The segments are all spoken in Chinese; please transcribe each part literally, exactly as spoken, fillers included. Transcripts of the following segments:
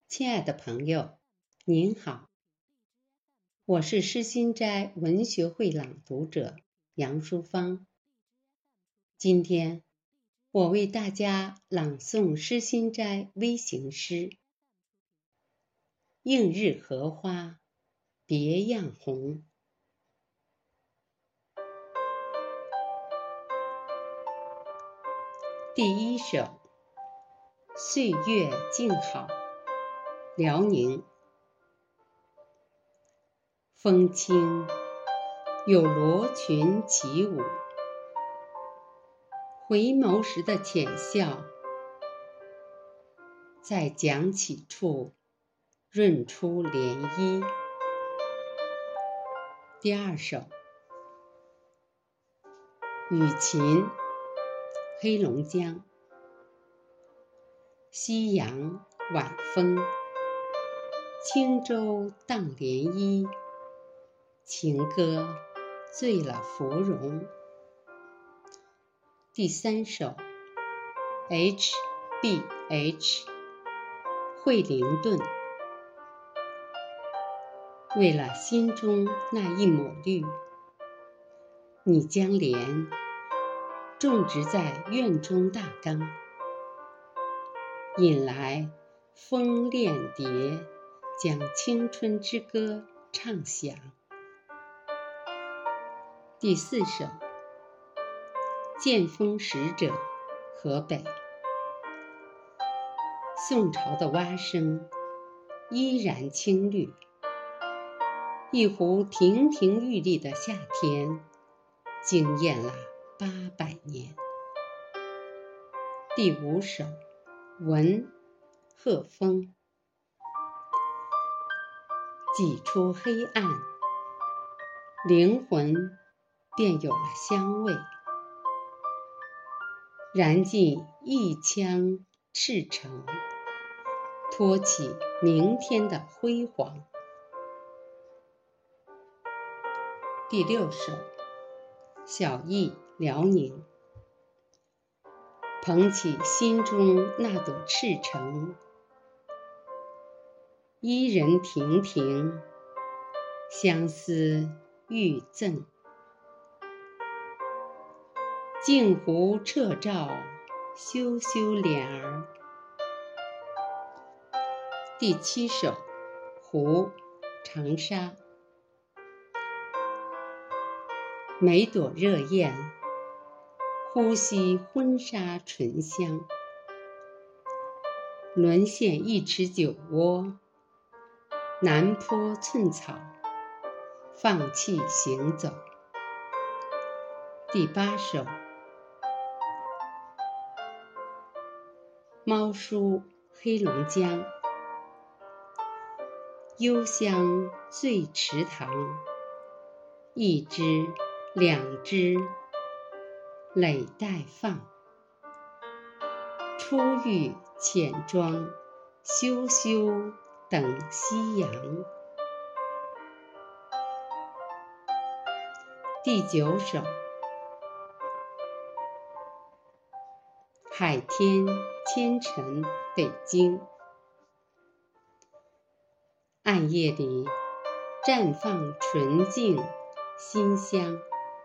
亲爱的朋友，您好，我是诗心斋文学会朗读者杨淑芳。今天我为大家朗诵诗心斋微型诗《映日荷花别样红》。第一首，岁月静好，辽宁。风轻，有罗裙起舞，回眸时的浅笑，在讲起处润出涟漪。第二首，雨琴，黑龙江。夕阳晚风，轻舟荡涟漪，情歌醉了芙蓉。第三首 H B H 惠灵顿，为了心中那一抹绿，你将莲种植在院中大缸，引来风恋蝶将青春之歌唱响。第四首，剑锋使者，河北。宋朝的蛙声依然青绿，一湖亭亭玉立的夏天，惊艳了八百年。第五首，文，贺峰。挤出黑暗，灵魂便有了香味，燃尽一腔赤诚，托起明天的辉煌。第六首，小艺，辽宁。捧起心中那朵赤诚，伊人亭亭，相思欲赠。镜湖彻照羞羞脸儿。第七首，湖，长沙。每朵热艳，呼吸婚纱醇香，沦陷一池酒窝，南坡寸草，放弃行走。第八首，猫叔，黑龙江。幽香醉池塘，一枝两枝蕾带放，初遇浅妆，羞羞等夕阳。第九首，海天千尘，北京。暗夜里绽放纯净馨香，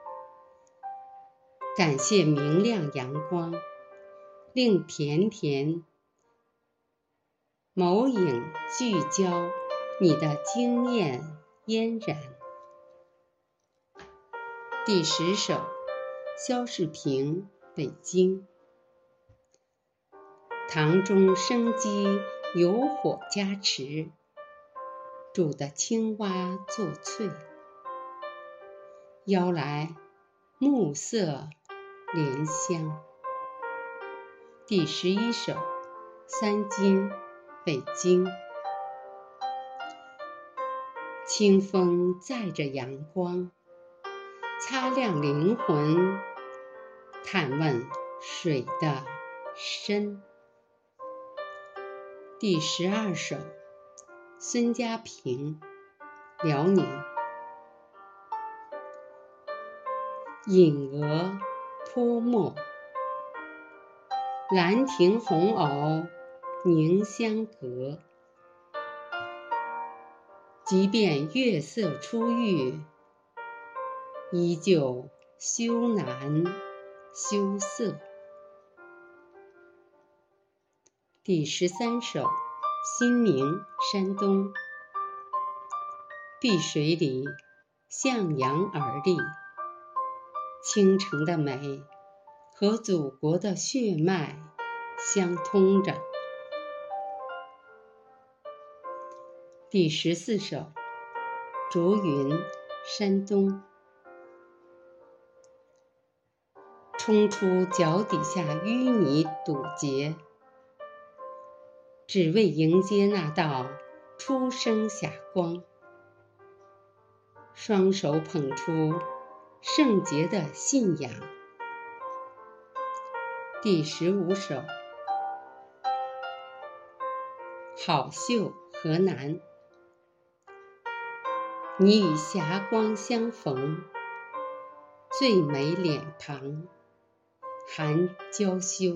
感谢明亮阳光，令甜甜眸影聚焦，你的惊艳嫣然。第十首，萧世平，北京。堂中生机有火加持，煮的青蛙作翠，邀来暮色莲香。第十一首，三金，北京。清风载着阳光，擦亮灵魂，探问水的深。第十二首，孙家平，辽宁。引蛾泼墨，兰亭红藕凝香阁， 即便月色初遇，依旧羞难羞涩。第十三首，新明，山东。碧水里向阳而立，倾城的美和祖国的血脉相通着。第十四首，竹云，山东。冲出脚底下淤泥堵截，只为迎接那道初升霞光。双手捧出圣洁的信仰。第十五首，好秀，河南。你与霞光相逢，最美脸庞含娇羞，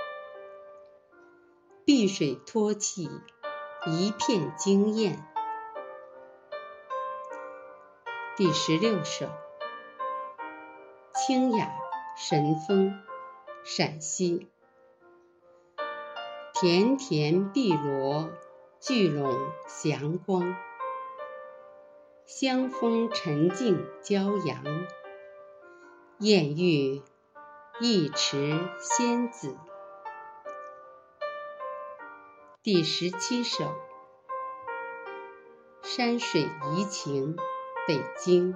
碧水托起一片惊艳。第十六首，清雅，神风，陕西。田田碧萝聚拢祥光，香风沉静骄阳，艳遇一池仙子。第十七首，山水怡情，北京。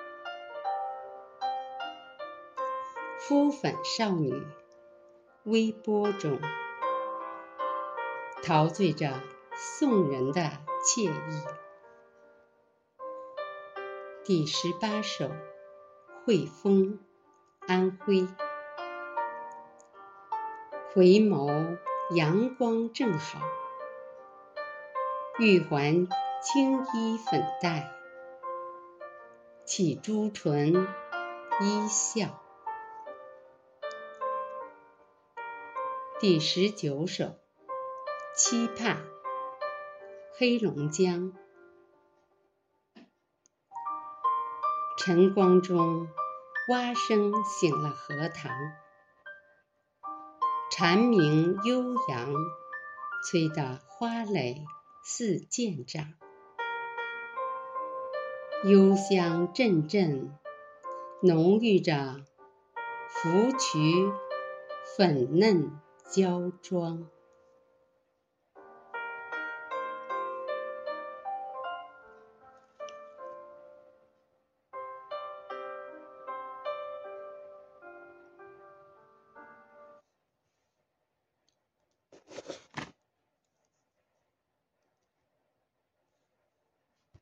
肤粉少女，微波中陶醉着送人的惬意。第十八首，惠丰，安徽。回眸阳光正好，玉环青衣粉黛，起朱唇一笑。第十九首，期盼，黑龙江。晨光中，蛙声醒了荷塘，蝉鸣悠扬，催得花蕾似箭长。幽香阵阵，浓郁着芙蕖粉嫩娇妆。